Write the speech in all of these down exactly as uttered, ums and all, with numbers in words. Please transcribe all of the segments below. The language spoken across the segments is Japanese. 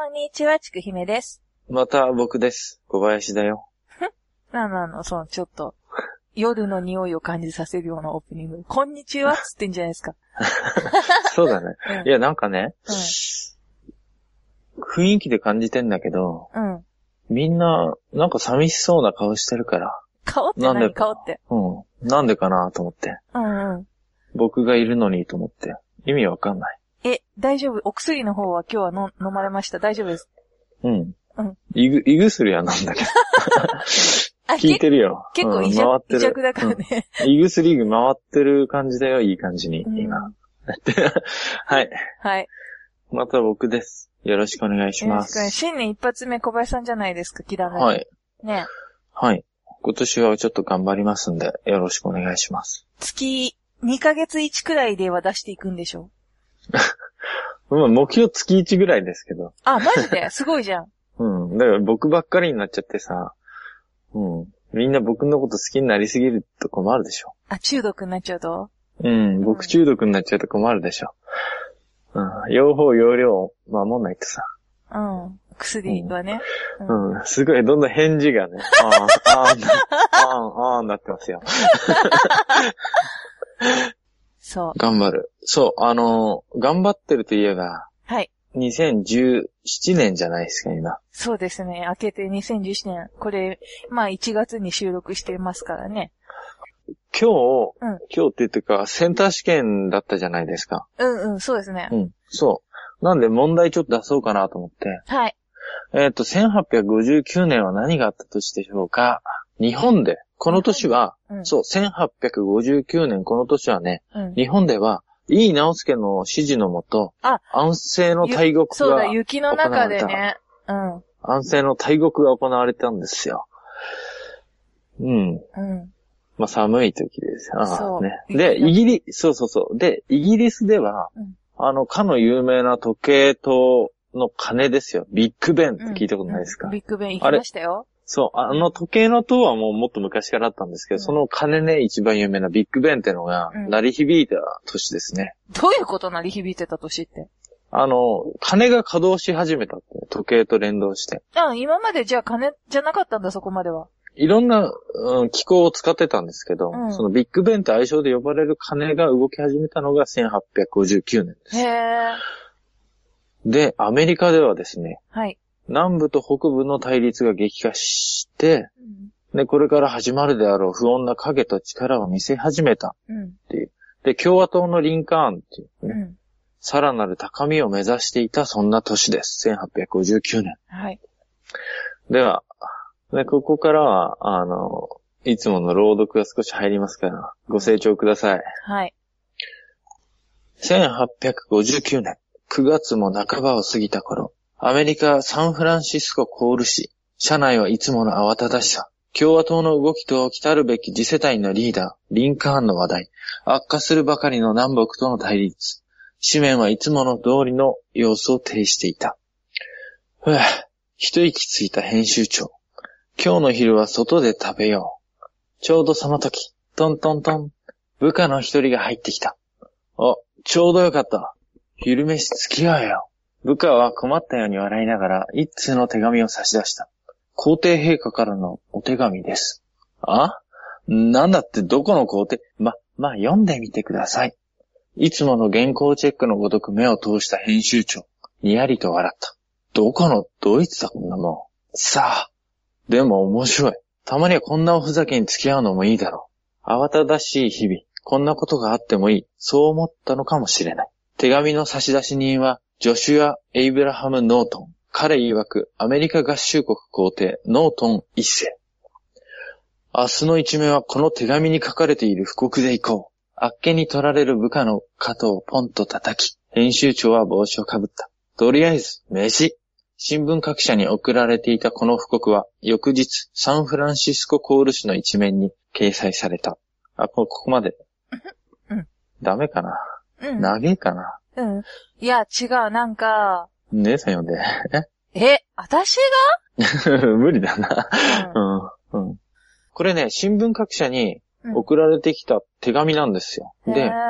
こんにちは、ちくひめです。 また僕です。小林だよ。 なんなの、その、ちょっと、夜の匂いを感じさせるようなオープニング。こんにちはっつってんじゃないですか。 そうだね、うん。いや、なんかね、 うん、 雰囲気で感じてんだけど、 うん、 みんな、なんか寂しそうな顔してるから。 顔って何？顔って。 うん。なんでかなと思って。 うんうん。 僕がいるのにと思って。意味わかんない。 え、大丈夫？お薬の方は今日はの飲まれました？大丈夫です。 うん。うん。胃ぐ、胃薬は飲んだけど。聞いてるよ。 結構胃弱、うん、胃弱だからね。 うん、胃薬回ってる感じだよ、いい感じに、今。うん、はい。 はい。 また僕です。よろしくお願いします。 よろしく。新年一発目小林さんじゃないですか、気だめ。 はい。 ね。 はい。今年はちょっと頑張りますんで、よろしくお願いします。 月にかげついちくらいでは出していくんでしょまあ目標月いちぐらいですけど。 あ、マジですごいじゃん。 うん。だから僕ばっかりになっちゃってさ、うん。みんな僕のこと好きになりすぎると困るでしょ。 あ、中毒になっちゃうと？ うん。僕中毒になっちゃうと困るでしょ。うん。用法用量を守んないとさ。 うん。薬はね。 うん。うん、すごい、どんどん返事がね。ああ、ああ、ああ、ああ、なってますよ。 そう。 頑張る。そう、あのー、頑張ってるといえば。 はい。 にせんじゅうななねんじゃないですか、今。 そうですね。明けてにせんじゅうななねん。これ、まあいちがつに収録してますからね。 今日、 うん、 今日って言ってか、センター試験だったじゃないですか。 うんうん、そうですね。 うん、そう。なんで問題ちょっと出そうかなと思って。 はい。 えっと、せんはっぴゃくごじゅうきゅうねんは何があった年でしょうか。日本で、この年は、うん、そう、せんはっぴゃくごじゅうきゅうねんこの年はね、うん、日本では、井伊直弼の指示のもと、安政の大国がそうだ、雪の中でね。うん。 安政の大国が行われたんですよ。うん。うん。まあ、寒い時です。あそう。 ね。で、イギリス、そうそうそう。で、イギリスでは、うん、あの、かの有名な時計塔の鐘ですよ。ビッグベンって聞いたことないですか？ うんうん、ビッグベン行きましたよ。 そう、あの時計の塔はもうもっと昔からあったんですけど、うん、その鐘ね、一番有名なビッグベンってのが、鳴り響いた年ですね。 うん、どういうこと鳴り響いてた年って？ あの、鐘が稼働し始めたって、時計と連動して。 あ、今までじゃあ鐘じゃなかったんだ、そこまでは。 いろんな、うん、機構を使ってたんですけど、うん、そのビッグベンって愛称で呼ばれる鐘が動き始めたのがせんはっぴゃくごじゅうきゅうねんです。 へー。 で、アメリカではですね、 はい。 南部と北部の対立が激化して、うん、で、これから始まるであろう不穏な影と力を見せ始めたっていう。うん、で、共和党のリンカーンっていうね、うん、さらなる高みを目指していたそんな年です。せんはっぴゃくごじゅうきゅうねん。 はい。 では、ね、ここからは、あの、いつもの朗読が少し入りますから、ご清聴ください。 はい。 せんはっぴゃくごじゅうきゅうねんくがつも半ばを過ぎた頃、アメリカ・サンフランシスココール市、車内はいつもの慌ただしさ、共和党の動きと来たるべき次世代のリーダー、リンカーンの話題、悪化するばかりの南北との対立、紙面はいつもの通りの様子を呈していた。ふぅ、一息ついた編集長。今日の昼は外で食べよう。ちょうどその時、トントントン、部下の一人が入ってきた。お、ちょうどよかった。昼飯付き合えよ。部下は困ったように笑いながら一通の手紙を差し出した。皇帝陛下からのお手紙です。あ？なんだってどこの皇帝？ま、まあ、読んでみてください。いつもの原稿チェックのごとく目を通した編集長。にやりと笑った。どこのドイツだこんなもん。さあ。でも面白い。たまにはこんなおふざけに付き合うのもいいだろう。慌ただしい日々。こんなことがあってもいい。そう思ったのかもしれない。手紙の差出人は、ジョシュア・エイブラハム・ノートン。彼曰く、アメリカ合衆国皇帝、ノートン一世。明日の一面はこの手紙に書かれている布告でいこう。あっけに取られる部下の肩をポンと叩き、編集長は帽子をかぶった。とりあえず、飯。新聞各社に送られていたこの布告は、翌日、サンフランシスココール紙の一面に掲載された。あ、ここまで。うん。ダメかな。うん。長えかな。 うん。いや、違う、なんか。 姉さん読んで。 ええ、私が無理だな、うん。うん。うん。これね、新聞各社に送られてきた手紙なんですよ。で、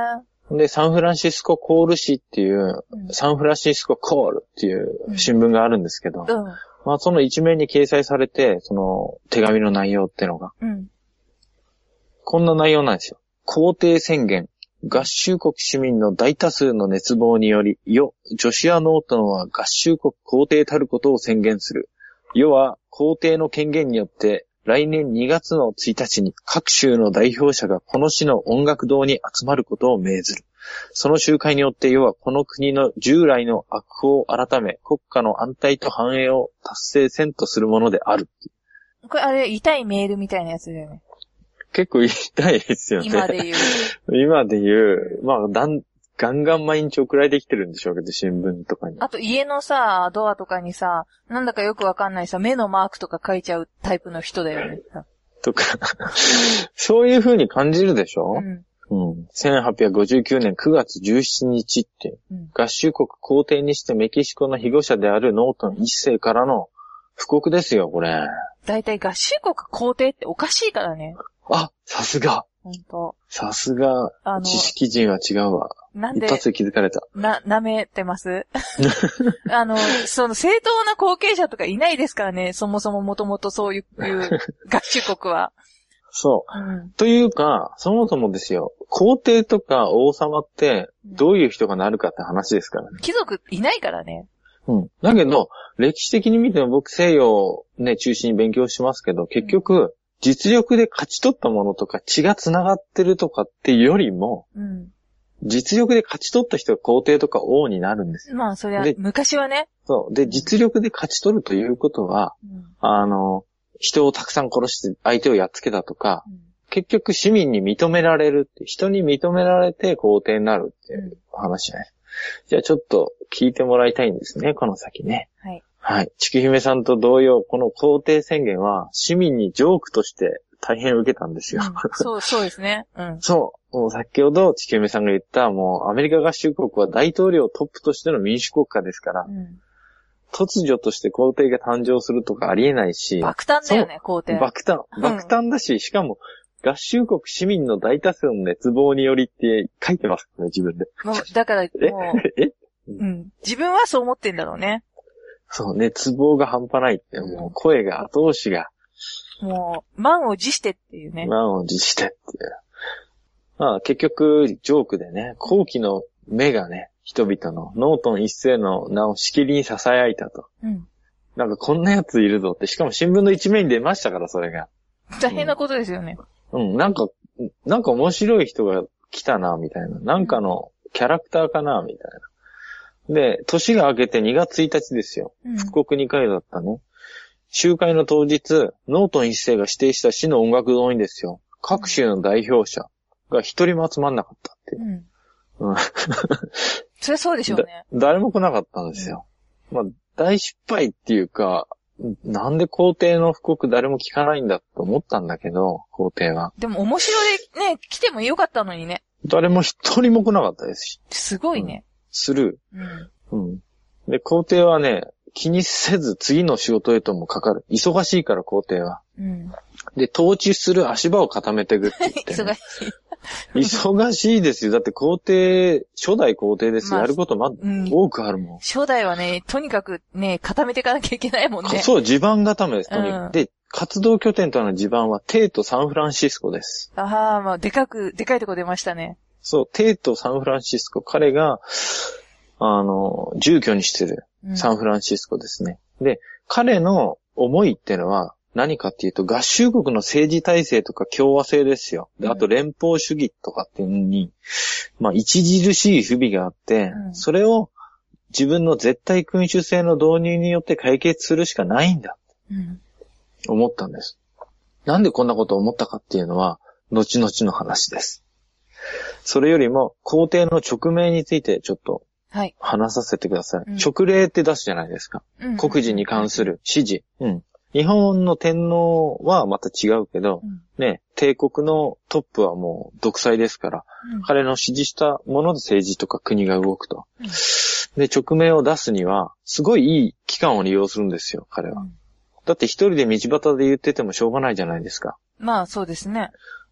で、サンフランシスココール紙っていう、うん、サンフランシスココールっていう新聞があるんですけど、うん、まあその一面に掲載されて、その手紙の内容ってのが、うん、こんな内容なんですよ。皇帝宣言。合衆国市民の大多数の熱望により、世、ジョシュア・ノートンは合衆国皇帝たることを宣言する。世は皇帝の権限によって、来年にがつのついたちに各州の代表者がこの市の音楽堂に集まることを命ずる。その集会によって世はこの国の従来の悪法を改め、国家の安泰と繁栄を達成せんとするものである。 これあれ、痛いメールみたいなやつだよね。 結構痛いですよね。 今で言う。 今で言う。まあ、だん、ガンガン毎日送られてきてるんでしょうけど、新聞とかに。 あと家のさ、ドアとかにさ、なんだかよくわかんないさ、目のマークとか書いちゃうタイプの人だよね。 とか、そういう風に感じるでしょ、うんうん、せんはっぴゃくごじゅうきゅうねんくがつじゅうしちにちって、うん、合衆国皇帝にしてメキシコの庇護者であるノートン一世からの布告ですよ、これ。 だいたい合衆国皇帝っておかしいからね。 あ、さすが。 ほんと。 さすが、知識人は違うわ。 なんで、 一発で気づかれた。 な、舐めてますあの、その正当な後継者とかいないですからね、そもそももともとそういう合衆国は。 そう、うん。というか、そもそもですよ、皇帝とか王様ってどういう人がなるかって話ですからね。 貴族いないからね。 うん。だけど、歴史的に見ても僕西洋ね、中心に勉強しますけど、結局、うん実力で勝ち取ったものとか血が繋がってるとかっていうよりも、うん、実力で勝ち取った人が皇帝とか王になるんですよ。 まあそりゃ、昔はね。 そう。で、実力で勝ち取るということは、うん、あの、人をたくさん殺して相手をやっつけたとか、うん、結局市民に認められるって、人に認められて皇帝になるっていう話ね。うん、じゃあちょっと聞いてもらいたいんですね、この先ね。はい。はい。ちくひめさんと同様、この皇帝宣言は市民にジョークとして大変受けたんですよ。うん、 そう、そうですね。うん。 そう。もう先ほどちくひめさんが言った、もうアメリカ合衆国は大統領トップとしての民主国家ですから、うん、突如として皇帝が誕生するとかありえないし。 爆誕だよね、皇帝。 爆誕。爆誕だし、うん、しかも合衆国市民の大多数の熱望によりって書いてますね、自分で。 もう、だからもう、ええうん。自分はそう思ってんだろうね。 そう、熱望が半端ないって、もう声が後押しが。 もう、満を持してっていうね。 満を持してっていう。まあ結局、ジョークでね、後期の目がね、人々のノートン一世の名をしきりに囁いたと。うん。なんかこんなやついるぞって、しかも新聞の一面に出ましたから、それが。 大変なことですよね。 うん、うん、なんか、なんか面白い人が来たな、みたいな。なんかのキャラクターかな、みたいな。で、年が明けてにがつついたちですよ。うん、復刻にかいだったね。集会の当日、ノートン一世が指定した市の音楽堂にですよ。各州の代表者が一人も集まんなかったっていう。うん。うん、 そりゃそうでしょうね。 誰も来なかったんですよ。うん、まあ、大失敗っていうか、なんで皇帝の布告誰も聞かないんだと思ったんだけど、皇帝は。 でも面白いね、来てもよかったのにね。 誰も一人も来なかったですし。 すごいね。 うんスルー。うん。うん。で、皇帝はね、気にせず次の仕事へともかかる。忙しいから皇帝は。うん。で、統治する足場を固めていくって言って、ね。忙しい。忙しいですよ。だって皇帝、初代皇帝ですよ。まあ、やることま、うん、多くあるもん。 初代はね、とにかくね、固めていかなきゃいけないもんね。 そう、地盤固めです。とにかく。うん、で、活動拠点となる地盤はテイとサンフランシスコです。 ああ、まあ、でかく、でかいとこ出ましたね。 そう、テイとサンフランシスコ、彼が、あの、住居にしてるサンフランシスコですね。うん、で、彼の思いってのは何かっていうと、合衆国の政治体制とか共和制ですよ。で、あと連邦主義とかっていうのに、まあ、著しい不備があって、うん、それを自分の絶対君主制の導入によって解決するしかないんだ。うん、思ったんです。なんでこんなことを思ったかっていうのは、後々の話です。それよりも、皇帝の勅命についてちょっと話させてください。はい、勅令って出すじゃないですか。うん、国事に関する指示。うん。日本の天皇はまた違うけど、うん、ね、帝国のトップはもう独裁ですから、うん、彼の指示したもので政治とか国が動くと。うん、で、勅命を出すには、すごいいい期間を利用するんですよ、彼は。うん、だって一人で道端で言っててもしょうがないじゃないですか。 まあ、そうですね。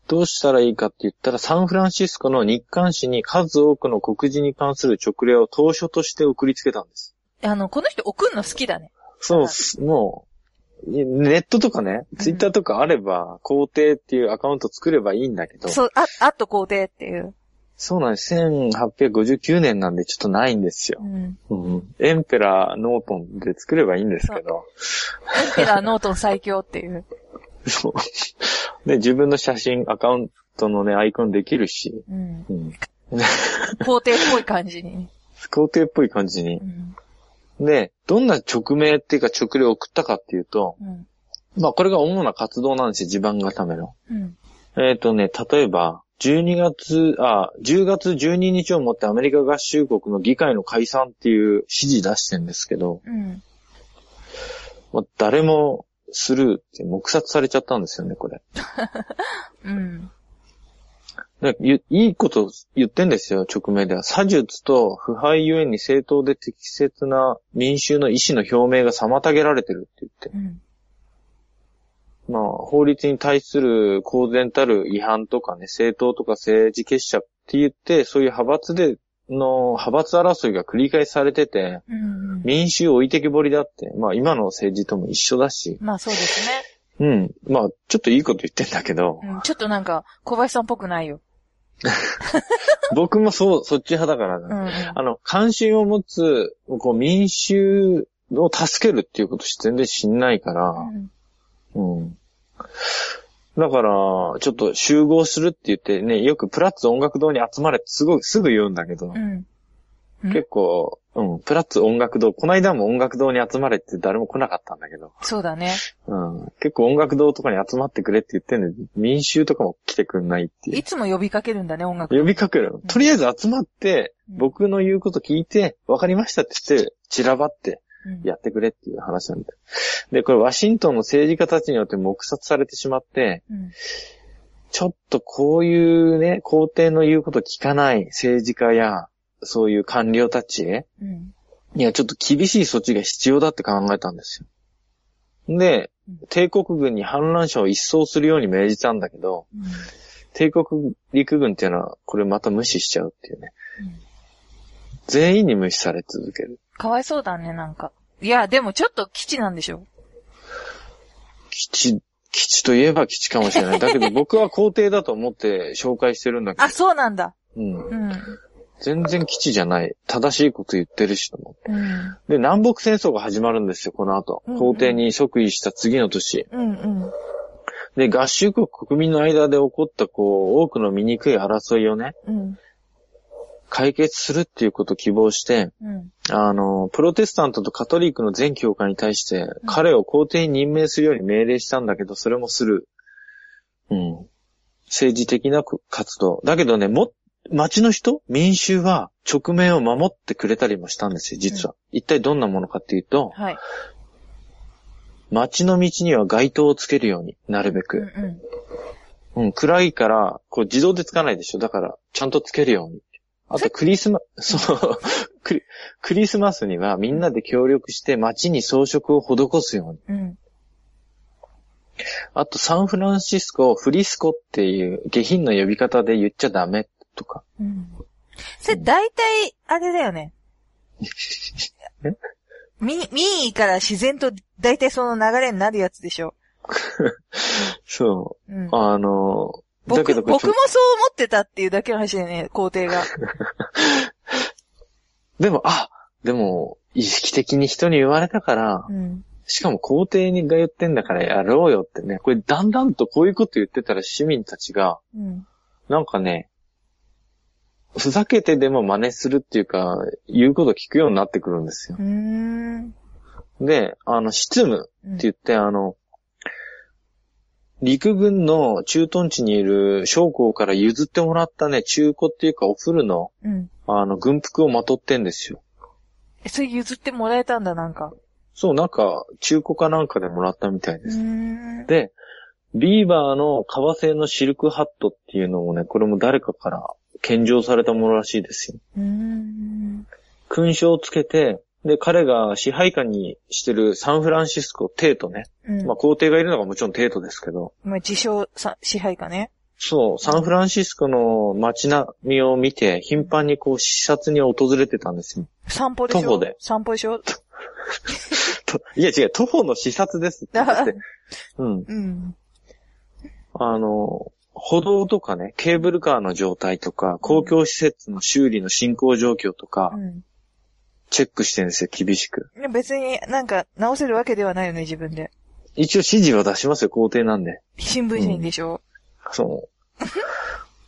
どうしたらいいかって言ったら、サンフランシスコの日刊誌に数多くの黒人に関する直令を当初として送りつけたんです。 あの、この人送るの好きだね。 そう、もう、ネットとかね、ツイッターとかあれば、皇帝っていうアカウント作ればいいんだけど。 そう、あ、あと皇帝っていう。 そうなんです。せんはっぴゃくごじゅうきゅうねんなんでちょっとないんですよ。うんうん、エンペラーノートンで作ればいいんですけど。 エンペラーノートン最強っていう。 そう。で、自分の写真、アカウントのね、アイコンできるし。うんうん、 皇帝っぽい感じに。 皇帝っぽい感じに。うん、で、どんな直命っていうか直令を送ったかっていうと、うん、まあこれが主な活動なんですよ、地盤固めの。うん、えっとね、例えば、じゅうにがつ、あ、じゅうがつじゅうににちをもってアメリカ合衆国の議会の解散っていう指示出してるんですけど、うん、まあ、誰もスルーって黙殺されちゃったんですよね、これ。うん、でいいこと言ってんですよ、直命では。詐術と腐敗ゆえに正当で適切な民衆の意思の表明が妨げられてるって言って。うんまあ、法律に対する公然たる違反とかね、政党とか政治結社って言って、そういう派閥での、派閥争いが繰り返されてて、うんうん、民衆置いてきぼりだって、まあ今の政治とも一緒だし。 まあそうですね。 うん。まあ、ちょっといいこと言ってんだけど。 うん、ちょっとなんか、小林さんっぽくないよ。 僕もそう、そっち派だから、ねうんうん、あの、関心を持つ、こう、民衆を助けるっていうこと全然しないから、うんうん。だから、ちょっと集合するって言ってね、よくプラッツ音楽堂に集まれってすごい、すぐ言うんだけど、うんうん、結構、うん、プラッツ音楽堂、この間も音楽堂に集まれって誰も来なかったんだけど。 そうだね。 うん。結構音楽堂とかに集まってくれって言ってんのに、民衆とかも来てくんないっていう。 いつも呼びかけるんだね、音楽堂。 呼びかける。とりあえず集まって、うん、僕の言うこと聞いて、わかりましたって言って、散らばって、やってくれっていう話なんだよ。で、これワシントンの政治家たちによって黙殺されてしまって、うん、ちょっとこういうね、皇帝の言うこと聞かない政治家や、そういう官僚たちへ、うん、いや、ちょっと厳しい措置が必要だって考えたんですよ。で、帝国軍に反乱者を一掃するように命じたんだけど、うん、帝国陸軍っていうのはこれまた無視しちゃうっていうね。うん、全員に無視され続ける。 かわいそうだね、なんか。いや、でもちょっと基地なんでしょ？ 基地、基地といえば基地かもしれない。だけど僕は皇帝だと思って紹介してるんだけど。 あ、そうなんだ。 うん。うん、全然基地じゃない。正しいこと言ってるしと思って、うん。で、南北戦争が始まるんですよ、この後。うんうん、皇帝に即位した次の年。うんうん、で、合衆国国民の間で起こった、こう、多くの醜い争いをね、うん解決するっていうことを希望して、うん、あの、プロテスタントとカトリックの全教会に対して、うん、彼を皇帝に任命するように命令したんだけど、それもする。うん。政治的な活動。だけどね、も、町の人、民衆は直命を守ってくれたりもしたんですよ、実は。うん、一体どんなものかっていうと、はい、町の道には街灯をつけるようになるべく。うんうんうん、暗いから、こう自動でつかないでしょ。だから、ちゃんとつけるように。あとクリスマ、そう、クリ、クリスマスにはみんなで協力して街に装飾を施すように。うん、あとサンフランシスコをフリスコっていう下品な呼び方で言っちゃダメとか。うん、 それ大体、あれだよね。え民、民意から自然と大体その流れになるやつでしょ。 そう。うん、あの、 僕、だけど僕もそう思ってたっていうだけの話だよね、皇帝が。 でも、あ、でも、意識的に人に言われたから、うん、しかも皇帝が言ってんだからやろうよってね、これだんだんとこういうこと言ってたら市民たちが、うん、なんかね、ふざけてでも真似するっていうか、言うこと聞くようになってくるんですよ。うーんで、あの、執務って言って、うん、あの、陸軍の駐屯地にいる将校から譲ってもらったね、中古っていうかお古の、うん、あの、軍服をまとってんですよ。 え、それ譲ってもらえたんだ、なんか。 そう、なんか、中古かなんかでもらったみたいです。で、ビーバーの革製のシルクハットっていうのもね、これも誰かから献上されたものらしいですよ。うーん勲章をつけて、で、彼が支配下にしてるサンフランシスコ、テートね。うん、まあ、皇帝がいるのがもちろんテートですけど。 まあ、自称さ支配下ね。 そう、サンフランシスコの街並みを見て、頻繁にこう視察に訪れてたんですよ。 散歩でしょ？ 徒歩で。 散歩でしょ？ いや違う、徒歩の視察ですって言って。うん。 うん。 あの、歩道とかね、ケーブルカーの状態とか、公共施設の修理の進行状況とか、うん、チェックしてるんですよ、厳しく。 別になんか直せるわけではないよね、自分で。 一応指示は出しますよ、皇帝なんで。 新聞人でしょ、 うん、そう。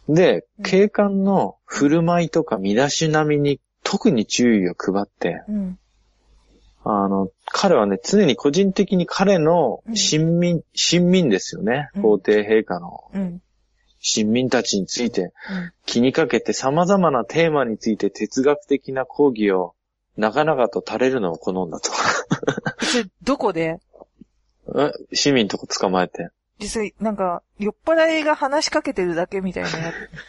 で、警官の振る舞いとか身だしなみに特に注意を配って、うん、あの、彼はね、常に個人的に彼の親民、うん、親民ですよね、うん、皇帝陛下の。うん親民たちについて気にかけて様々なテーマについて哲学的な講義を長々と垂れるのを好んだと。 それどこで？ え市民とこ捕まえて。 実際なんか酔っ払いが話しかけてるだけみたいなや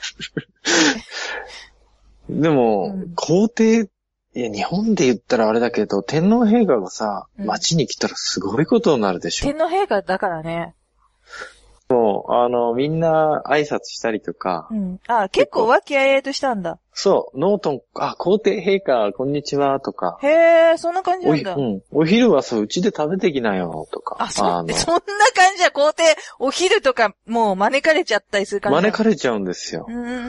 つ。でも、うん、皇帝、いや日本で言ったらあれだけど天皇陛下がさ、うん、街に来たらすごいことになるでしょ。 天皇陛下だからね。 もう、あの、みんな挨拶したりとか。 うん。あ、結構和気あいあいとしたんだ。 そう、ノートン、あ、皇帝陛下、こんにちは、とか。 へー、そんな感じなんだ。 お、うん。お昼はそう、うちで食べてきなよ、とか。 あ、そ、あそんな感じは皇帝、お昼とか、もう招かれちゃったりする感じ。 招かれちゃうんですよ。うん。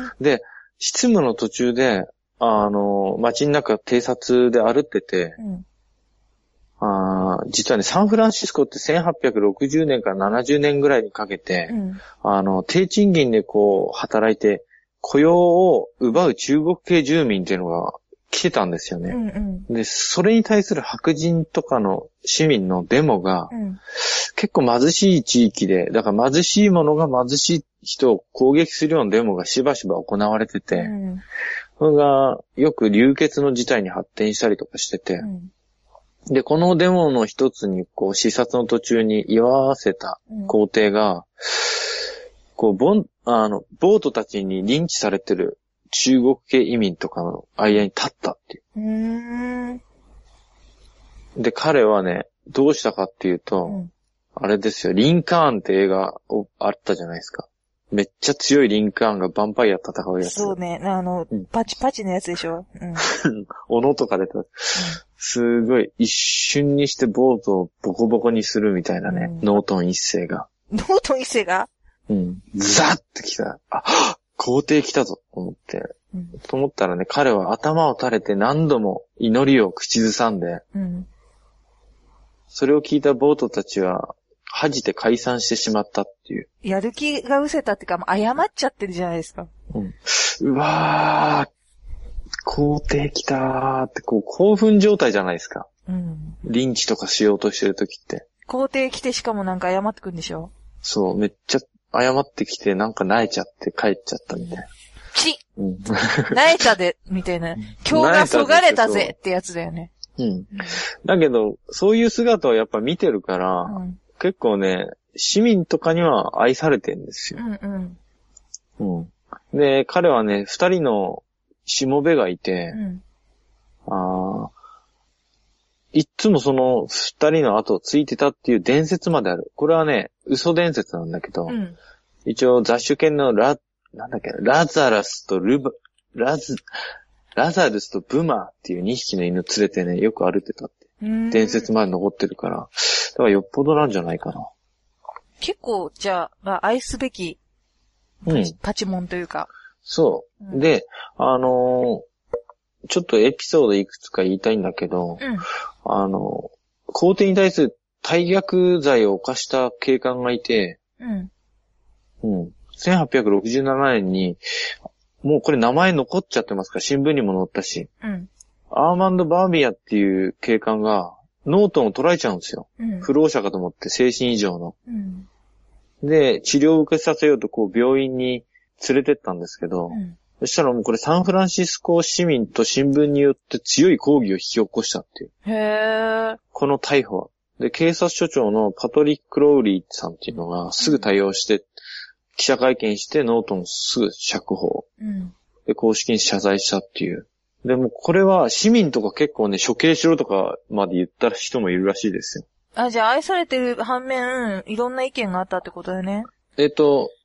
で、執務の途中で、あの、街の中偵察で歩ってて、うんあ実はね、サンフランシスコってせんはっぴゃくろくじゅうねんからななじゅうねんぐらいにかけて、うん、あの、低賃金でこう、働いて、雇用を奪う中国系住民っていうのが来てたんですよね。うんうん、で、それに対する白人とかの市民のデモが、うん、結構貧しい地域で、だから貧しい者が貧しい人を攻撃するようなデモがしばしば行われてて、うん、それがよく流血の事態に発展したりとかしてて、うんで、このデモの一つに、こう、視察の途中に居合わせた皇帝が、うん、こう、ボン、あの、ボートたちにリンチされてる中国系移民とかの間に立ったっていう。うーんで、彼はね、どうしたかっていうと、うん、あれですよ、リンカーンって映画あったじゃないですか。めっちゃ強いリンカーンがヴァンパイア戦うやつ。 そうね、あの、うん、パチパチのやつでしょ。うん。 斧とか出た。うんすごい、一瞬にしてボートをボコボコにするみたいなね、うん、ノートン一世が。 ノートン一世がうん。ザッって来た。あ、皇帝来たぞ、と思って。うん、と思ったらね、彼は頭を垂れて何度も祈りを口ずさんで、うん、それを聞いたボートたちは、恥じて解散してしまったっていう。 やる気が失せたっていうか、謝っちゃってるじゃないですか。 うん。うわー。皇帝来たーって、こう、興奮状態じゃないですか。うん。リンチとかしようとしてる時って。 皇帝来てしかもなんか謝ってくんでしょ？ そう、めっちゃ謝ってきて、なんか萎えちゃって帰っちゃったみたいな。 ちうん。萎えたで、みたいな。今日がそがれたぜってやつだよね。 うん。だけど、そういう姿をやっぱ見てるから、うん、結構ね、市民とかには愛されてるんですよ。うんうん。うん。で、彼はね、二人のしもべがいて、うん、あいっつもその二人の後をついてたっていう伝説まである。これはね、嘘伝説なんだけど、うん、一応雑種犬のラ、なんだっけ、ラザラスとルバ、ラズ、ラザルスとブマーっていうにひきの犬連れてね、よく歩いてたって。伝説まで残ってるから、だからよっぽどなんじゃないかな。 結構、じゃあ、まあ、愛すべきパチ、うん、パチモンというか。 そう。うん、で、あのー、ちょっとエピソードいくつか言いたいんだけど、うん、あのー、皇帝に対する大逆罪を犯した警官がいて、うん。うん。せんはっぴゃくろくじゅうななねんに、もうこれ名前残っちゃってますから、新聞にも載ったし、うん。アーマンド・バービアっていう警官が、ノートンを捉えちゃうんですよ。うん、不老者かと思って精神異常の。うん、で、治療を受けさせようとこう病院に連れてったんですけど、うん、そしたらもうこれサンフランシスコ市民と新聞によって強い抗議を引き起こしたっていう。 へー。 この逮捕は。で、警察署長のパトリック・ローリーさんっていうのがすぐ対応して、うん、記者会見してノートンをすぐ釈放。うん、で、公式に謝罪したっていう。でもこれは市民とか結構ね、処刑しろとかまで言った人もいるらしいですよ。 あ、じゃあ愛されてる反面、いろんな意見があったってことだよね。 えっと、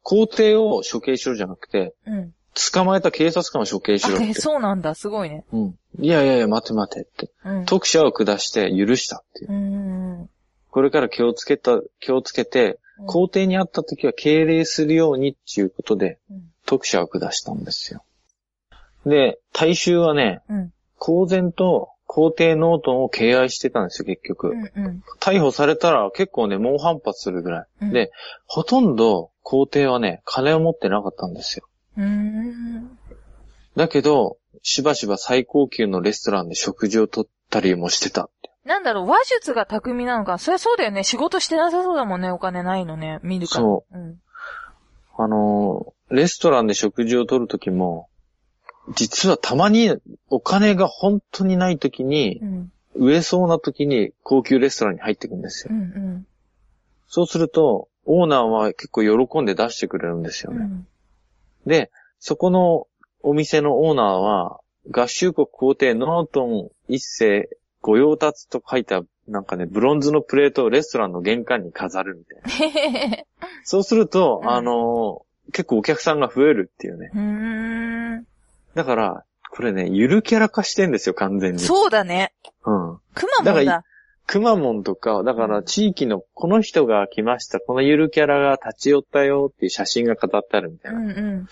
皇帝を処刑しろじゃなくて、 うん。 捕まえた警察官を処刑しろって。 あ、そうなんだ。すごいね。 うん。いやいやいや、待て待てって。うん、特赦を下して許したっていう。うん、これから気をつけた、気をつけて、うん、皇帝に会った時は敬礼するようにっていうことで、うん、特赦を下したんですよ。で、大衆はね、うん、公然と皇帝ノートンを敬愛してたんですよ、結局。うんうん、逮捕されたら結構ね、猛反発するぐらい。うん、で、ほとんど皇帝はね、金を持ってなかったんですよ。うーんだけど、しばしば最高級のレストランで食事をとったりもしてたって。 なんだろう、話術が巧みなのか。そりゃそうだよね。仕事してなさそうだもんね、お金ないのね。見るから。 そう。うん、あの、レストランで食事をとるときも、実はたまにお金が本当にないときに、うん、飢えそうなときに高級レストランに入ってくるんですよ。うんうん、そうすると、オーナーは結構喜んで出してくれるんですよね。うんで、そこのお店のオーナーは、合衆国皇帝ノートン一世御用達と書いた、なんかね、ブロンズのプレートをレストランの玄関に飾るみたいな。そうすると、うん、あの、結構お客さんが増えるっていうね。うーんだから、これね、ゆるキャラ化してんですよ、完全に。 そうだね。うん。くまモンだ。 くまモンとか、だから地域のこの人が来ました、このゆるキャラが立ち寄ったよっていう写真が飾ってあるみたいな。うんうん。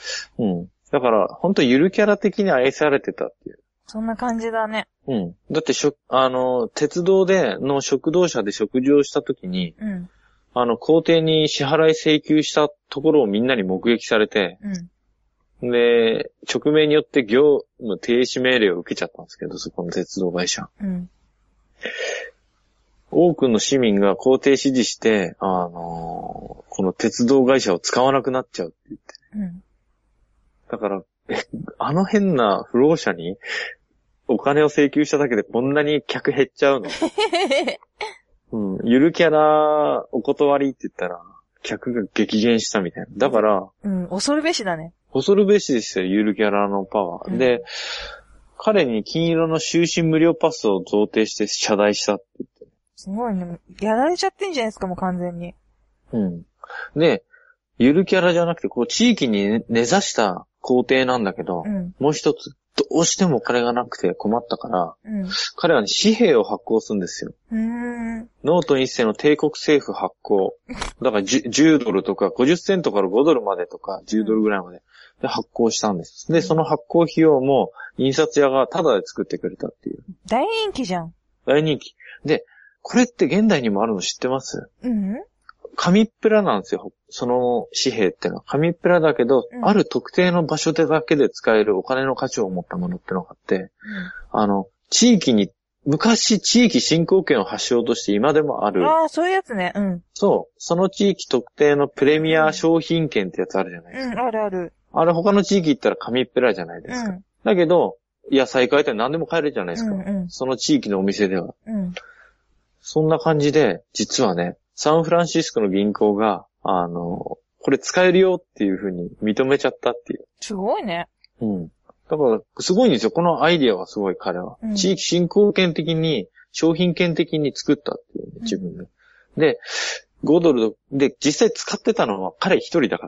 うん。だから、ほんとゆるキャラ的に愛されてたっていう。 そんな感じだね。 うん。だってしょ、あの、鉄道での食堂車で食事をしたときに、うん。あの、皇帝に支払い請求したところをみんなに目撃されて、うん。で、直命によって業務停止命令を受けちゃったんですけど、そこの鉄道会社。うん。多くの市民が皇帝支持して、あのー、この鉄道会社を使わなくなっちゃうって言って。うん。だから、え、あの変な不老者にお金を請求しただけでこんなに客減っちゃうのうん。ゆるキャラお断りって言ったら、客が激減したみたいな。だから、 うん、恐るべしだね。 恐るべしですよ、ゆるキャラのパワー。うん、で、彼に金色の終身無料パスを贈呈して謝罪したって言って。 すごいね。やられちゃってんじゃないですか、もう完全に。 うん。で、ゆるキャラじゃなくて、こう、地域に根ざした皇帝なんだけど、うん、もう一つ、どうしても金がなくて困ったから、うん、彼はね、紙幣を発行するんですよ。うーんノートン一世の帝国政府発行。だから 10, じゅうドルとかごじゅっセントからごドルまでとかじゅうドルぐらいまでで発行したんです。で、その発行費用も印刷屋がタダで作ってくれたっていう。 大人気じゃん。 大人気。で、これって現代にもあるの知ってます？うん。紙っぺらなんですよ。その紙幣ってのは。紙っぺらだけど、うん、ある特定の場所でだけで使えるお金の価値を持ったものってのがあって、うん、あの、地域に、昔地域振興権を発祥として今でもある。 ああ、そういうやつね。うん。 そう。その地域特定のプレミア商品券ってやつあるじゃないですか。 うん、あるある。 あれ他の地域行ったら紙っぺらじゃないですか。うん、だけど、野菜買えたら何でも買えるじゃないですか。うんうん、その地域のお店では。うん、そんな感じで、実はね、サンフランシスコの銀行が、あの、これ使えるよっていう風に認めちゃったっていう。 すごいね。 うん。だから、すごいんですよ。このアイディアはすごい彼は。うん、地域振興権的に、商品権的に作ったっていう、ね、自分で、うん。で、ごドルで、実際使ってたのは彼一人だから。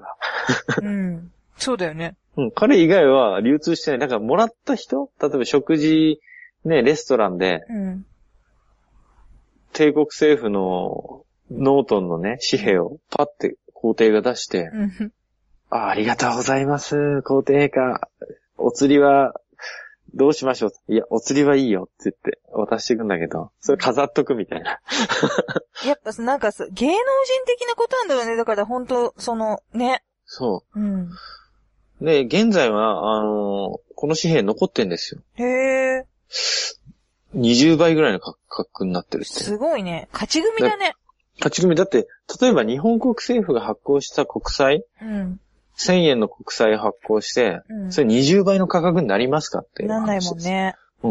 うん。そうだよね。 うん。彼以外は流通してない。だからもらった人？例えば食事、ね、レストランで、うん、帝国政府のノートンのね、紙幣をパッて皇帝が出して、うん、あ, ありがとうございます、皇帝陛下。お釣りは、どうしましょう。いや、お釣りはいいよって言って渡していくんだけど、それ飾っとくみたいな。 やっぱなんか芸能人的なことなんだよね。だから本当その、ね。 そう。うん。で、現在は、あの、この紙幣残ってんですよ。へー。にじゅうばいぐらいの価格になってるって。 すごいね。勝ち組だね。 勝ち組。だって、例えば日本国政府が発行した国債、うん、せんえんの国債を発行して、うん、それにじゅうばいの価格になりますかっていう話です。 なんないもんね。 うん。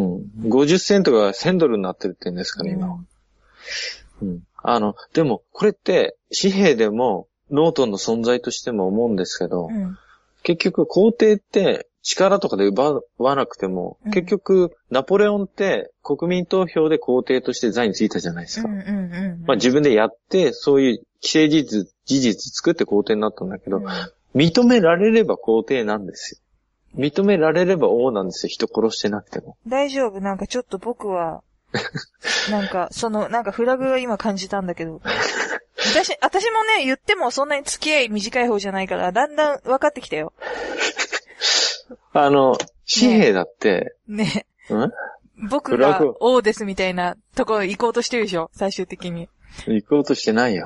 ごじゅっセントがせんドルになってるって言うんですかね、今。うん。うん。あの、でも、これって、紙幣でも、ノートンの存在としても思うんですけど、うん、結局、皇帝って、力とかで奪わなくても、うん、結局、ナポレオンって国民投票で皇帝として座についたじゃないですか。うんうんうんうん、まあ自分でやって、そういう既成事実、事実作って皇帝になったんだけど、うん、 認められれば皇帝なんですよ。認められれば王なんですよ。人殺してなくても。 大丈夫。なんかちょっと僕は、なんか、その、なんかフラグを今感じたんだけど。私、私もね、言ってもそんなに付き合い短い方じゃないから、だんだん分かってきたよ。 あの、紙幣だって、 ね。 ねん僕が王ですみたいなところ行こうとしてるでしょ、最終的に。 行こうとしてないよ。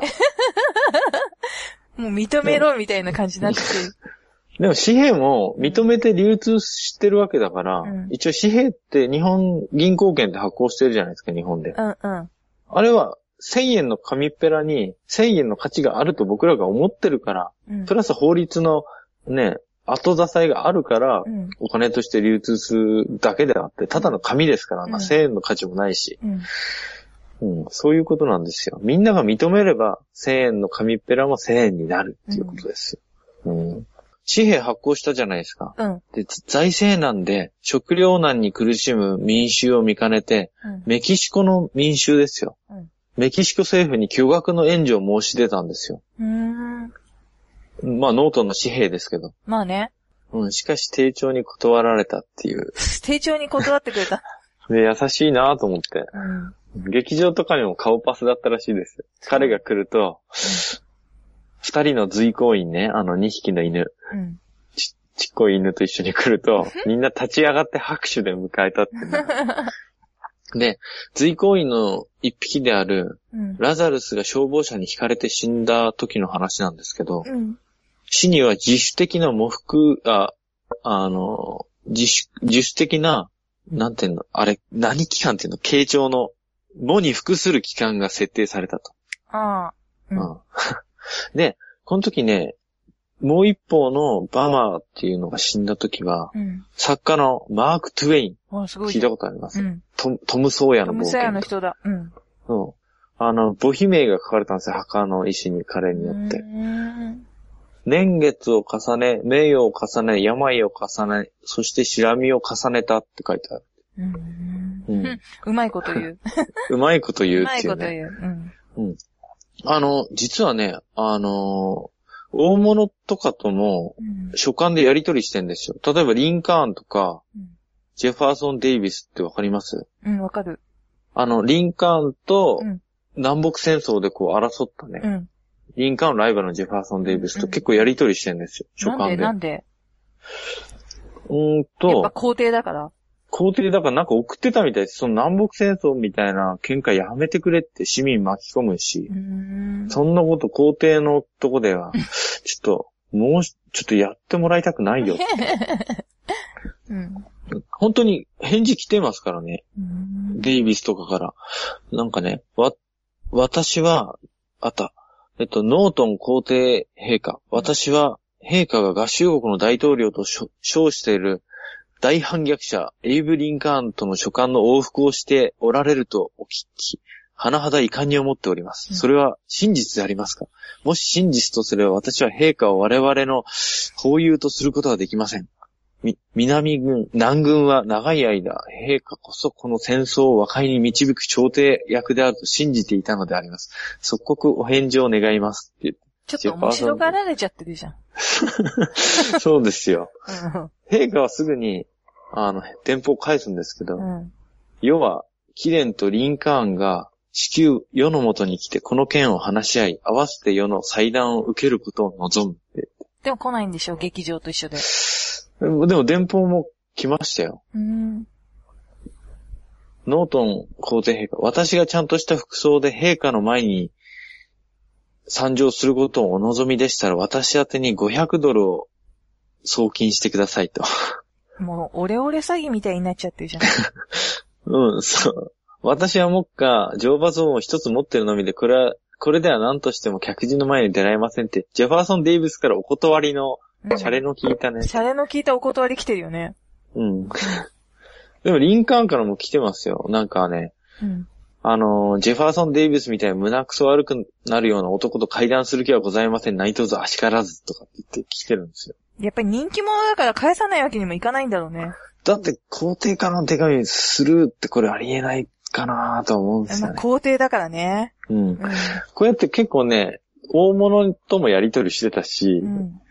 もう認めろみたいな感じになってて。 でも紙幣も認めて流通してるわけだから、うん、一応紙幣って日本銀行券で発行してるじゃないですか、日本で。 うんうん。 あれはせんえんの紙っぺらにせんえんの価値があると僕らが思ってるから、うん、プラス法律のね、後支えがあるから、うん、お金として流通するだけであって、ただの紙ですから、まあ、せんえんの価値もないし、うんうん、そういうことなんですよ。みんなが認めればせんえんの紙っぺらもせんえんになるっていうことですよ。うんうん、紙幣発行したじゃないですか。うん、で財政難で食糧難に苦しむ民衆を見かねて、うん、メキシコの民衆ですよ、うん。メキシコ政府に巨額の援助を申し出たんですよ。 うーんまあ、ノートの紙幣ですけど。 まあね。 うん、しかし、丁重に断られたっていう。 丁重に断ってくれた。 で、優しいなぁと思って、うん。劇場とかにも顔パスだったらしいです。彼が来ると、二、うん、人の随行員ね、あの二匹の犬。うん、ち、ちっこい犬と一緒に来ると、みんな立ち上がって拍手で迎えたって、ね。で、随行員の一匹である、うん、ラザルスが消防車にひかれて死んだ時の話なんですけど、うん死には自主的な喪服、あ、あの、自主、自主的な、なんていうの、あれ、何期間っていうの、慶長の、喪に服する期間が設定されたと。 ああ。うん、 で、この時ね、もう一方のバマーっていうのが死んだ時は、うん、作家のマーク・トゥエイン。聞いたことあります、うん、ト, トム・ソーヤの冒険。トム・ソーヤの人だ。うん。 そう。あの、母妃名が書かれたんですよ、墓の石に彼によって。 うん年月を重ね、名誉を重ね、病を重ね、そしてしらみを重ねたって書いてある。 うーんうん、うまいこと言う。 うまいこと言うっていうね。うまいこと言う。 うん。うん。あの、実はね、あの、大物とかとも、書簡でやり取りしてんですよ。例えば、リンカーンとか、うん、ジェファーソン・デイビスってわかります？ うん、わかる。 あの、リンカーンと、南北戦争でこう争ったね。うんリンカーンライバルのジェファーソン・デイビスと結構やりとりしてるんですよ、書簡で。 なんでうーんと。 やっぱ皇帝だから皇帝だからなんか送ってたみたいです。その南北戦争みたいな喧嘩やめてくれって市民巻き込むし。 うーんそんなこと皇帝のとこでは、ちょっと、もうちょっとやってもらいたくないよって。うん、本当に返事来てますからね。デイビスとかから。なんかね、わ、私は、あった。えっと、ノートン皇帝陛下。私は、陛下が合衆国の大統領と称している大反逆者、エイブ・リンカーンとの書簡の往復をしておられるとお聞き、甚だ遺憾に思っております。それは真実でありますか？もし真実とすれば私は陛下を我々の法友とすることはできません。み、南軍、南軍は長い間、陛下こそこの戦争を和解に導く調停役であると信じていたのであります。即刻お返事を願いますって言って。 ちょっと面白がられちゃってるじゃん。 そうですよ。陛下はすぐに、あの、電報を返すんですけど、うん、要は、キレンとリンカーンが至急世の元に来てこの件を話し合い、合わせて世の裁断を受けることを望むって。 でも来ないんでしょ、劇場と一緒で。 でも電報も来ましたよ。 うん、 ノートン皇帝陛下、私がちゃんとした服装で陛下の前に参上することをお望みでしたら、私宛てにごひゃくドルを送金してくださいと。 もう、オレオレ詐欺みたいになっちゃってるじゃん。 うん、そう。私は目下、乗馬ゾーンを一つ持ってるのみで、これは、これでは何としても客人の前に出られませんって、ジェファーソン・デイビスからお断りの、シャレの効いたね。 シャレの効いたお断り来てるよね。 うん。でも、リンカーンからも来てますよ。なんかね、うん、あの、ジェファーソン・デイビスみたいな胸くそ悪くなるような男と会談する気はございません。何卒あしからずとかって言って来てるんですよ。 やっぱり人気者だから返さないわけにもいかないんだろうね。 だって、皇帝からの手紙するってこれありえないかなと思うんですよね。 まあ、皇帝だからね。 うん。うん、こうやって結構ね、大物ともやりとりしてたし、うん、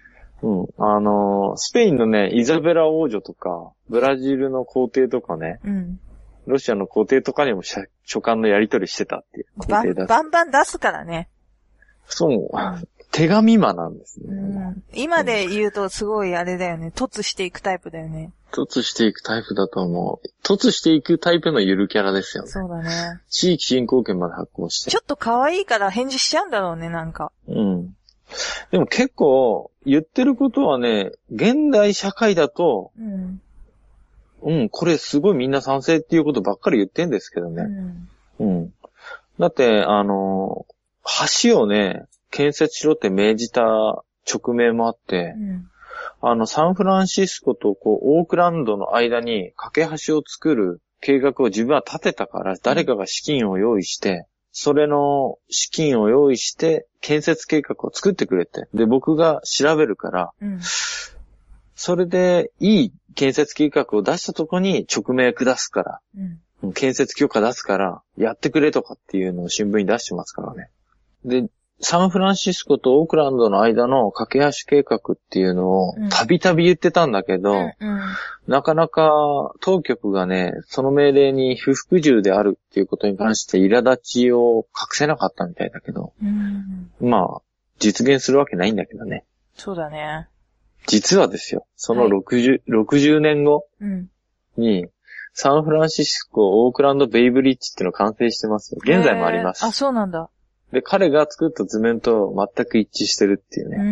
うん。あの、スペインのね、イザベラ王女とか、ブラジルの皇帝とかね、 うん。 ロシアの皇帝とかにも書簡のやり取りしてたっていう皇帝だ。 バンバン出すからね。 そう。手紙魔なんですね。 うん、今で言うとすごいあれだよね。突していくタイプだよね。 突していくタイプだと思う。突していくタイプのゆるキャラですよね。 そうだね。 地域振興権まで発行して。 ちょっと可愛いから返事しちゃうんだろうね、なんか。 うん。でも結構、言ってることはね、現代社会だと、うん。うん、これすごいみんな賛成っていうことばっかり言ってんですけどね。うん。うん。だって、あの、橋をね、建設しろって命じた直命もあって、うん、あの、サンフランシスコとこう、オークランドの間に架け橋を作る計画を自分は立てたから、誰かが資金を用意して、それの資金を用意して、建設計画を作ってくれて、で、僕が調べるから、うん、それでいい建設計画を出したとこに直命下すから、うん、建設許可出すから、やってくれとかっていうのを新聞に出してますからね。で、サンフランシスコとオークランドの間の架け橋計画っていうのをたびたび言ってたんだけど、うんうん、なかなか当局がね、その命令に不服従であるっていうことに関して苛立ちを隠せなかったみたいだけど、うん、まあ、実現するわけないんだけどね。 そうだね。 実はですよ、そのろくじゅう、はい、ろくじゅうねんごに、サンフランシスコ、オークランドベイブリッジっていうの完成してますよ。現在もあります。 あ、そうなんだ。 で、彼が作った図面と全く一致してるっていうね。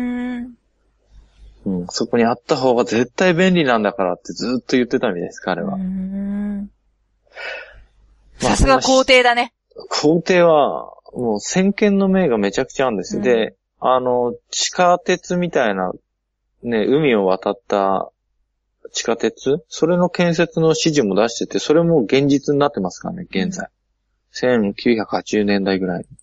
うーん。うん。そこにあった方が絶対便利なんだからってずっと言ってたみたいです、彼は。うーん。 さすが皇帝だね。 皇帝は、もう先見の明がめちゃくちゃあるんですよ。うん、で、あの、地下鉄みたいな、ね、海を渡った地下鉄それの建設の指示も出してて、それも現実になってますからね、現在。うん、せんきゅうひゃくはちじゅうねんだいぐらい。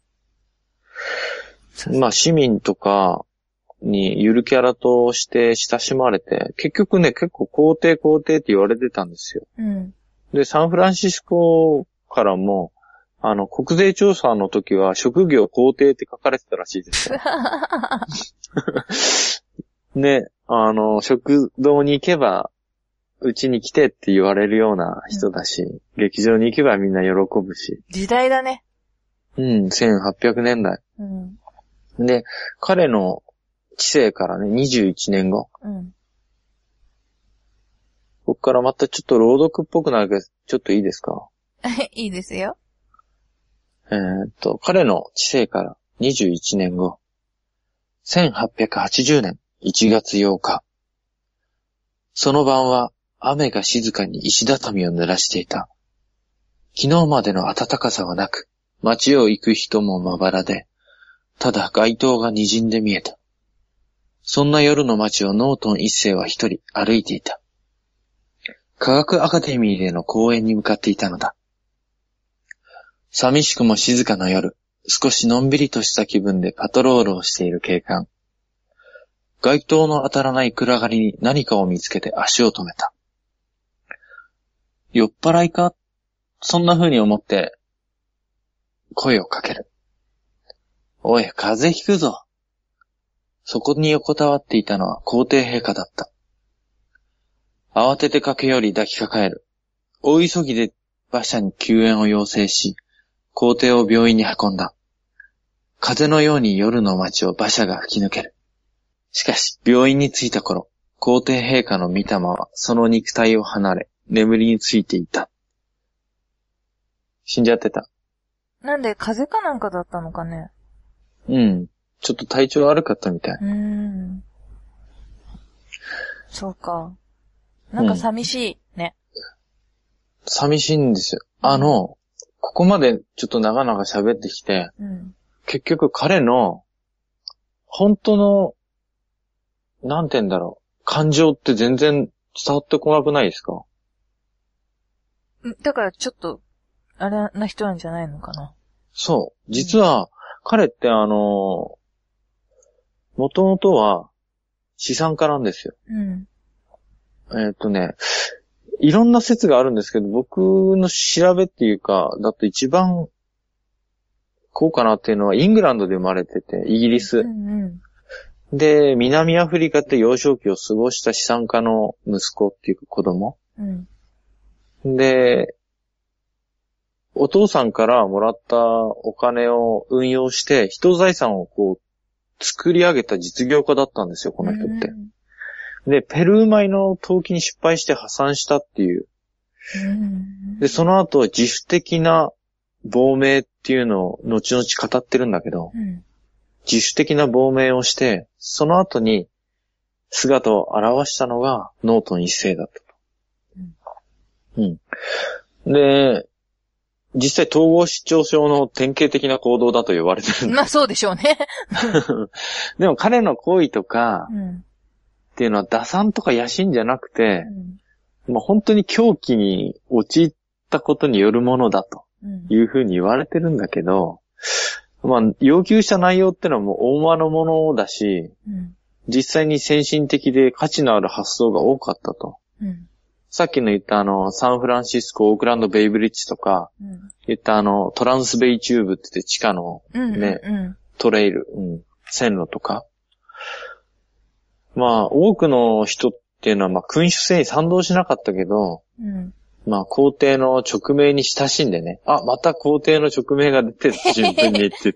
まあ市民とかにゆるキャラとして親しまれて、結局ね、結構皇帝皇帝って言われてたんですよ。うん、で、サンフランシスコからも、あの、国税調査の時は職業皇帝って書かれてたらしいですよ。ね、あの、食堂に行けば、うちに来てって言われるような人だし、うん、劇場に行けばみんな喜ぶし。 時代だね。 うん、せんはっぴゃくねんだい。うん、で、彼の治世からね、にじゅういちねんご。うん、僕からまたちょっと朗読っぽくなるけど、ちょっといいですか？ いいですよ。 えーっと、彼の治世からにじゅういちねんご。せんはっぴゃくはちじゅうねんいちがつようか。その晩は雨が静かに石畳を濡らしていた。昨日までの暖かさはなく、街を行く人もまばらで、ただ街灯が滲んで見えた。そんな夜の街をノートン一世は一人歩いていた。科学アカデミーでの講演に向かっていたのだ。寂しくも静かな夜、少しのんびりとした気分でパトロールをしている警官。街灯の当たらない暗がりに何かを見つけて足を止めた。酔っ払いか？そんな風に思って、声をかける。おい、風邪ひくぞ。そこに横たわっていたのは皇帝陛下だった。慌てて駆け寄り抱きかかえる。大急ぎで馬車に救援を要請し、皇帝を病院に運んだ。風のように夜の街を馬車が吹き抜ける。しかし、病院に着いた頃、皇帝陛下の御霊はその肉体を離れ、眠りについていた。死んじゃってた。 なんで、風邪かなんかだったのかね。 うん。ちょっと体調悪かったみたい。 うーん。そうか。なんか寂しいね。うん、 寂しいんですよ。あの、ここまでちょっと長々喋ってきて、うん、結局彼の、本当の、なんて言うんだろう、感情って全然伝わってこなくないですか？ だからちょっと、あれな人なんじゃないのかな。 そう。実は、うん、彼ってあの、もともとは資産家なんですよ。うん、えっとね、いろんな説があるんですけど、僕の調べっていうか、だと一番、こうかなっていうのはイングランドで生まれてて、イギリス。うんうん、 で、南アフリカって幼少期を過ごした資産家の息子っていうか子供。 うん。 で、お父さんからもらったお金を運用して、人財産をこう、作り上げた実業家だったんですよ、この人って。で、ペルー米の投機に失敗して破産したっていう。で、その後、自主的な亡命っていうのを後々語ってるんだけど、 うん、 自主的な亡命をして、その後に姿を現したのがノートン一世だったと。うん。うん。で、実際統合失調症の典型的な行動だと言われてるんだ。 まあそうでしょうね。 でも彼の行為とか、 うん、 っていうのは打算とか野心じゃなくて、うん、まあ本当に狂気に陥ったことによるものだというふうに言われてるんだけど、まあ要求した内容ってのはもう大間のものだし、うん、実際に先進的で価値のある発想が多かったと。うん、さっきの言ったあの、サンフランシスコ、オークランドベイブリッジとか、うん、言ったあの、トランスベイチューブって言って地下のね、うんうんうん、トレイル、うん、線路とか。まあ、多くの人っていうのは、まあ、君主制に賛同しなかったけど、うん、まあ、皇帝の勅命に親しんでね、あ、また皇帝の勅命が出てる、順分にって言って。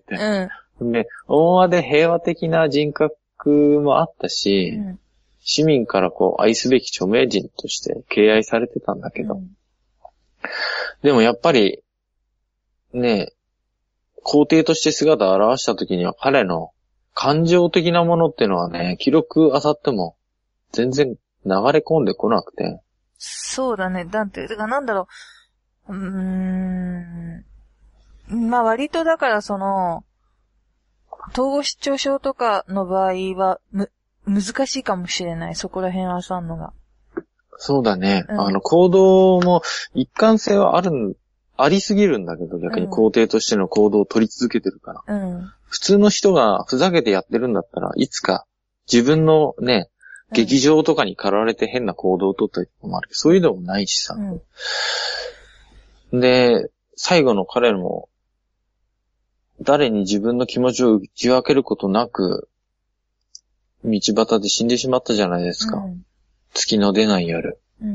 うん、で、大和で平和的な人格もあったし、うん、市民からこう愛すべき著名人として敬愛されてたんだけど、うん、でもやっぱりね、皇帝として姿を現した時には彼の感情的なものっていうのはね、記録漁っても全然流れ込んでこなくて。 そうだね。だって、てかなんだろう。うーん。まあ割とだからその、統合失調症とかの場合は、む、難しいかもしれない。そこら辺はさんのが。 そうだね。うん、あの、行動も一貫性はある、ありすぎるんだけど、逆に皇帝としての行動を取り続けてるから。うん、普通の人がふざけてやってるんだったらいつか自分のね、劇場とかに駆られて変な行動を取ったりとかもあるけど、そういうのもないしさ。うん、で、最後の彼も、誰に自分の気持ちを打ち分けることなく、道端で死んでしまったじゃないですか。うん、月の出ない夜。うん、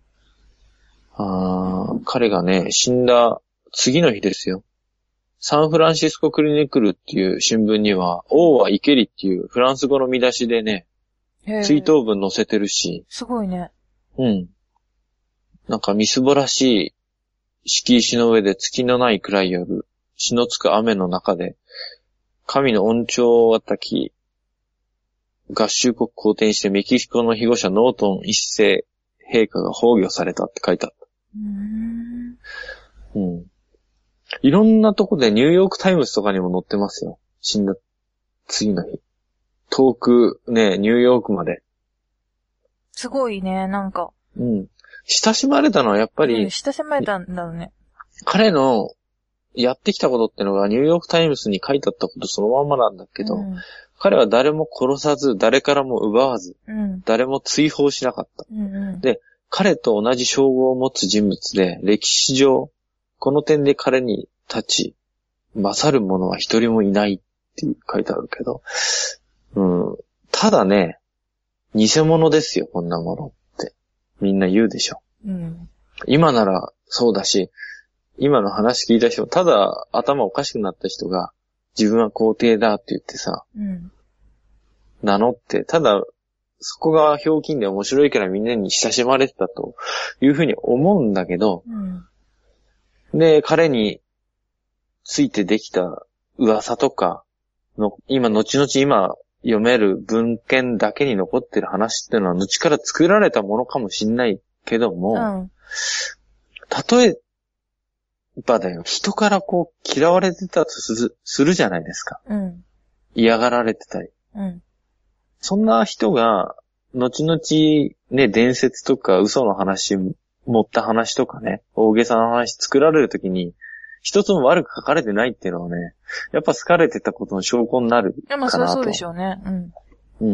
あ彼がね、死んだ次の日ですよ。サンフランシスコクリニクルっていう新聞には、王は生けりっていうフランス語の見出しでね、追悼文載せてるし。 すごいね。 うん。なんかみすぼらしい敷石の上で月のない暗い夜、血のつく雨の中で、神の恩寵をたき、合衆国皇帝にしてメキシコの庇護者ノートン一世陛下が崩御されたって書いてあった。うーん。うん。いろんなとこでニューヨークタイムズとかにも載ってますよ。死んだ次の日。遠くね、ニューヨークまで。 すごいね、なんか。 うん。親しまれたのはやっぱり、 うん、親しまれたんだろうね。 彼のやってきたことってのがニューヨークタイムズに書いてあったことそのまんまなんだけど、うん、彼は誰も殺さず、誰からも奪わず、うん、誰も追放しなかった、うんうん。で、彼と同じ称号を持つ人物で、歴史上、この点で彼に立ち、勝る者は一人もいないって書いてあるけど、うん、ただね、偽物ですよ、こんなものって。みんな言うでしょ。うん、今ならそうだし、今の話聞いた人、ただ頭おかしくなった人が、自分は皇帝だって言ってさ、うん、名乗って、ただ、そこがひょうきんで面白いからみんなに親しまれてたというふうに思うんだけど、うん、で、彼についてできた噂とかの、今、後々今読める文献だけに残ってる話っていうのは、後から作られたものかもしんないけども、うん、例えばだよ、人からこう嫌われてたとする、するじゃないですか。うん、嫌がられてたり。うん、そんな人が、後々ね、伝説とか嘘の話、持った話とかね、大げさな話作られるときに、一つも悪く書かれてないっていうのはね、やっぱ好かれてたことの証拠になるかなと。いや、 まあそれはそうでしょうね。うん。 うん。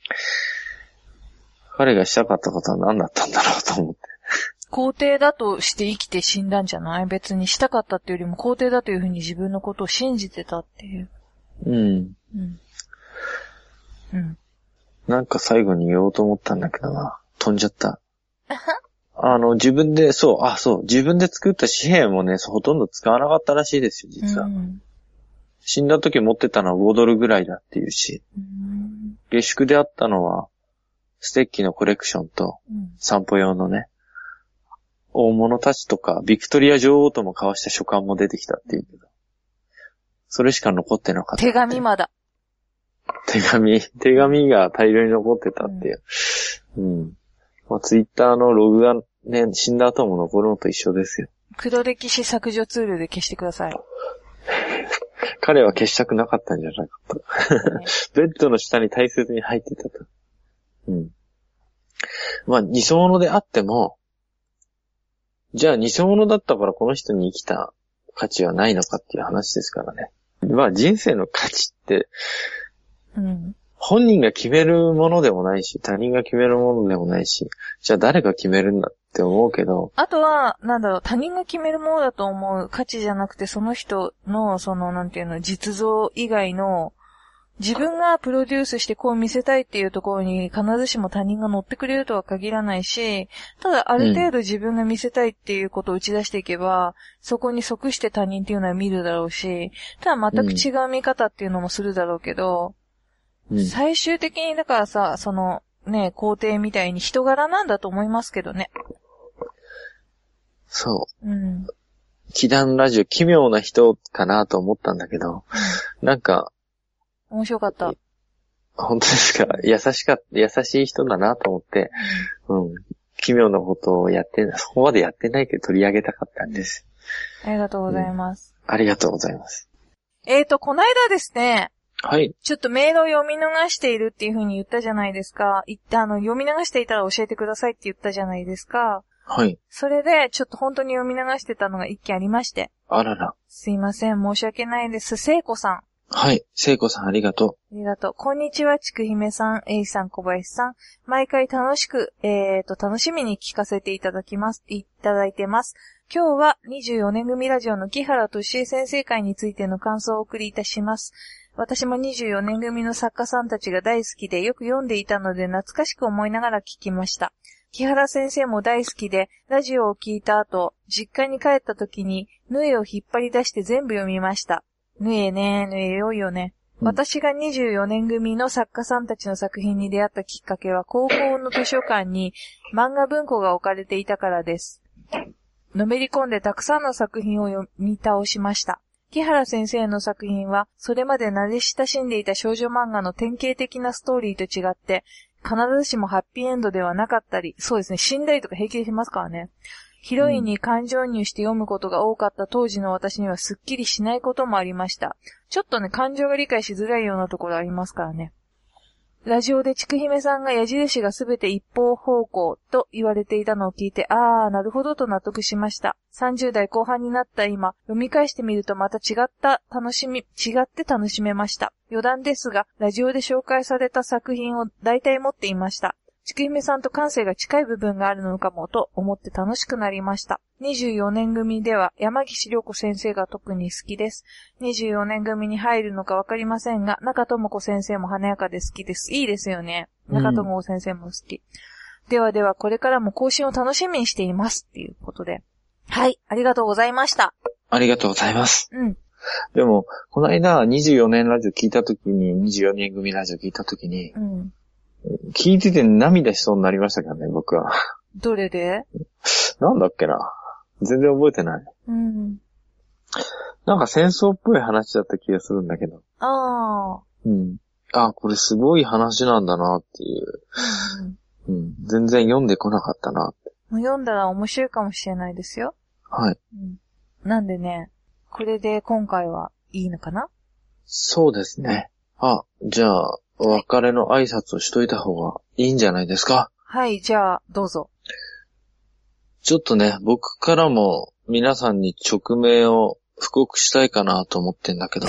彼がしたかったことは何だったんだろうと思って。 皇帝だとして生きて死んだんじゃない？別にしたかったっていうよりも皇帝だというふうに自分のことを信じてたっていう。 うん。うん。 うん。 なんか最後に言おうと思ったんだけどな。飛んじゃった。あの、自分で、そう、あ、そう、自分で作った紙幣もね、ほとんど使わなかったらしいですよ、実は。うん、死んだ時持ってたのはごドルぐらいだっていうし、うん、下宿であったのは、ステッキのコレクションと、散歩用のね、大物たちとか、ビクトリア女王とも交わした書簡も出てきたっていうけど、それしか残ってなかった。 手紙まだ。 手紙、手紙が大量に残ってたっていう。うん。うん、まあ、ツイッターのログがね、死んだ後も残るのと一緒ですよ。 黒歴史削除ツールで消してください。 彼は消したくなかったんじゃなかった。ね、ベッドの下に大切に入ってたと。うん。まあ、偽物であっても、じゃあ偽物だったからこの人に生きた価値はないのかっていう話ですからね。まあ人生の価値って、うん、本人が決めるものでもないし、他人が決めるものでもないし、じゃあ誰が決めるんだって思うけど。 あとは、なんだろう、他人が決めるものだと思う価値じゃなくて、その人の、その、なんていうの、実像以外の、自分がプロデュースしてこう見せたいっていうところに必ずしも他人が乗ってくれるとは限らないし、ただある程度自分が見せたいっていうことを打ち出していけば、うん、そこに即して他人っていうのは見るだろうし、ただ全く違う見方っていうのもするだろうけど、うん、最終的にだからさ、そのね、皇帝みたいに人柄なんだと思いますけどね。 そう。うん。奇談ラジオ奇妙な人かなと思ったんだけど、うん、なんか、 面白かった。 本当ですか？優しかった、優しい人だなと思って、うん、うん。奇妙なことをやって、そこまでやってないけど取り上げたかったんです。 ありがとうございます。 うん、ありがとうございます。 えーと、この間ですね。 はい。 ちょっとメールを読み逃しているっていう風に言ったじゃないですか。言った、あの、読み流していたら教えてくださいって言ったじゃないですか。 はい。 それで、ちょっと本当に読み流してたのが一件ありまして。 あらら。 すいません、申し訳ないです。聖子さん。 はい。聖子さんありがとう。ありがとう。こんにちは、ちくひめさん、えいさん、小林さん。毎回楽しく、えーと、楽しみに聞かせていただきます、いただいてます。今日はにじゅうよねん組ラジオの木原敏恵先生会についての感想をお送りいたします。私もにじゅうよねん組の作家さんたちが大好きでよく読んでいたので懐かしく思いながら聞きました。木原先生も大好きで、ラジオを聞いた後、実家に帰った時に、ヌエを引っ張り出して全部読みました。ヌエねー、ヌエ良いよね。うん、私がにじゅうよねん組の作家さんたちの作品に出会ったきっかけは、高校の図書館に漫画文庫が置かれていたからです。のめり込んでたくさんの作品を読み倒しました。木原先生の作品は、それまで慣れ親しんでいた少女漫画の典型的なストーリーと違って、必ずしもハッピーエンドではなかったり、そうですね、死んだりとか平気でしますからね。ヒロインに感情移入して読むことが多かった当時の私にはすっきりしないこともありました。ちょっとね、感情が理解しづらいようなところありますからね。ラジオでちくひめさんが矢印がすべて一方方向と言われていたのを聞いて、あー、なるほどと納得しました。さんじゅう代後半になった今、読み返してみるとまた違った楽しみ、違って楽しめました。余談ですが、ラジオで紹介された作品を大体持っていました。ちくひめさんと感性が近い部分があるのかもと思って楽しくなりました。にじゅうよねん組では山岸涼子先生が特に好きです。にじゅうよねん組に入るのかわかりませんが、中智子先生も華やかで好きです。いいですよね。中智子先生も好き。うん、ではではこれからも更新を楽しみにしていますっていうことで。はい、ありがとうございました。 ありがとうございます。 うん。 でも、この間にじゅうよねんラジオ聞いたときに、にじゅうよねん組ラジオ聞いたときに、うん、聞いてて涙しそうになりましたからね、僕は。 どれで？ なんだっけな。全然覚えてない。 うん。 なんか戦争っぽい話だった気がするんだけど。 ああ。 うん。あ、これすごい話なんだなっていう。うん。うん。全然読んでこなかったなって。 もう読んだら面白いかもしれないですよ。 はい。 うん。なんでね、これで今回はいいのかな？ そうですね。あ、じゃあ、お別れの挨拶をしといた方がいいんじゃないですか？ はい、じゃあ、どうぞ。 ちょっとね、僕からも皆さんに直命を布告したいかなと思ってんだけど。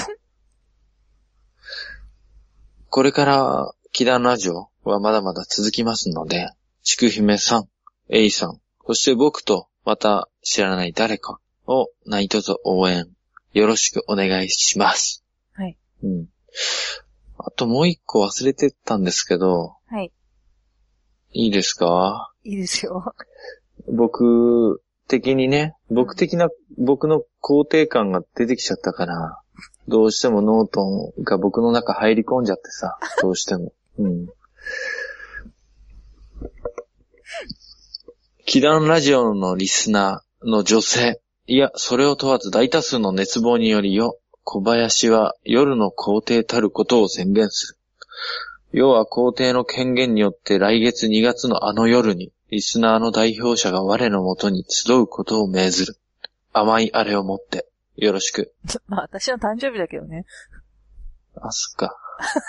これから奇談ラジオはまだまだ続きますので、ちくひめさん、えいさん、そして僕とまた知らない誰かを何卒応援よろしくお願いします。 はい。 うん。 あともう一個忘れてたんですけど。 はい。 いいですか？ いいですよ。 僕的にね、僕的な、僕の肯定感が出てきちゃったから、どうしてもノートンが僕の中入り込んじゃってさ、どうしても。うん。祈願ラジオのリスナーの女性、いや、それを問わず大多数の熱望によりよ、小林は夜の皇帝たることを宣言する。要は皇帝の権限によって来月にがつのあの夜に、リスナーの代表者が我のもとに集うことを命ずる。甘いあれをもって、よろしく。 まあ私の誕生日だけどね。 あ、そっか。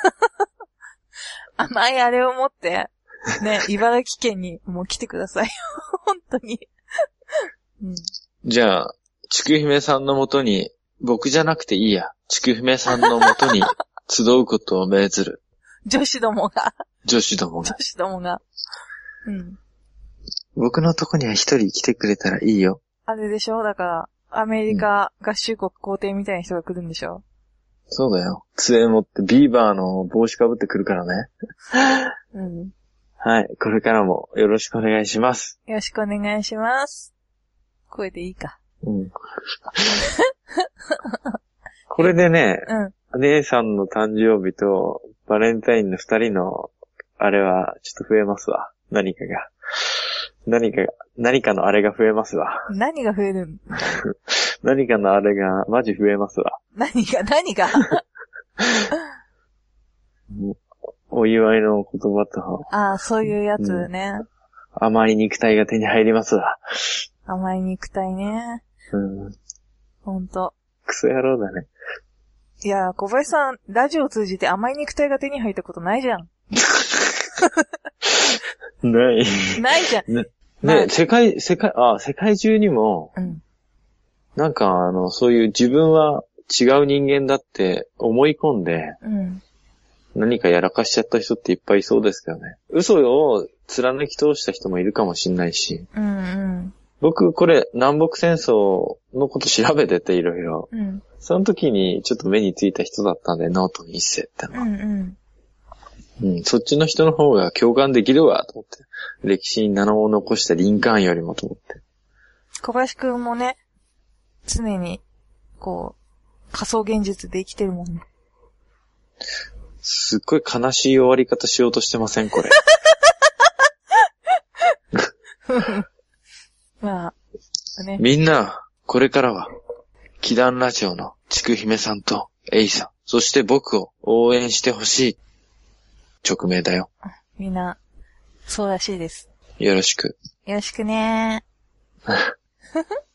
甘いあれをもって、ね、茨城県にもう来てくださいよ。本当に。うん、 じゃあ、ちくひめさんのもとに、僕じゃなくていいや。ちくひめさんのもとに集うことを命ずる。 女子どもが。 女子どもが。 女子どもが。うん。 僕のとこには一人来てくれたらいいよ。 あれでしょ？だから、アメリカ合衆国皇帝みたいな人が来るんでしょ？ そうだよ。杖持ってビーバーの帽子かぶってくるからね。 うん。 はい。これからもよろしくお願いします。 よろしくお願いします。声でいいか。 うん。これでね、 うん。 姉さんの誕生日とバレンタインの二人の、あれはちょっと増えますわ。何かが。何かが、何かのあれが増えますわ。 何が増えるんだ何かのあれがマジ増えますわ。 何が、何がお祝いの言葉と。 ああ、そういうやつね、うん。 甘い肉体が手に入りますわ。 甘い肉体ね。 うん。 ほんと。 クソ野郎だね。 いや、小林さん、ラジオを通じて甘い肉体が手に入ったことないじゃん。 ない。 ないじゃん。 ね、ね、世界、世界、あ、世界中にも、 うん、 なんかあの、そういう自分は違う人間だって思い込んで、 うん、 何かやらかしちゃった人っていっぱいいそうですけどね。嘘を貫き通した人もいるかもしんないし。 うんうん、 僕、これ、南北戦争のこと調べてていろいろ。 うん、 その時にちょっと目についた人だったんで、ノートに一世ってのは。 うんうんうん、そっちの人の方が共感できるわ、と思って。歴史に名を残したリンカーンよりもと思って。 小林くんもね、常に、こう、仮想現実で生きてるもんね。 すっごい悲しい終わり方しようとしてません、これ。 まあ、ね。 みんな、これからは、祈願ラジオのちくひめさんとエイさん、そして僕を応援してほしい。直命だよ。 みんな、そうらしいです。 よろしく。 よろしくねー。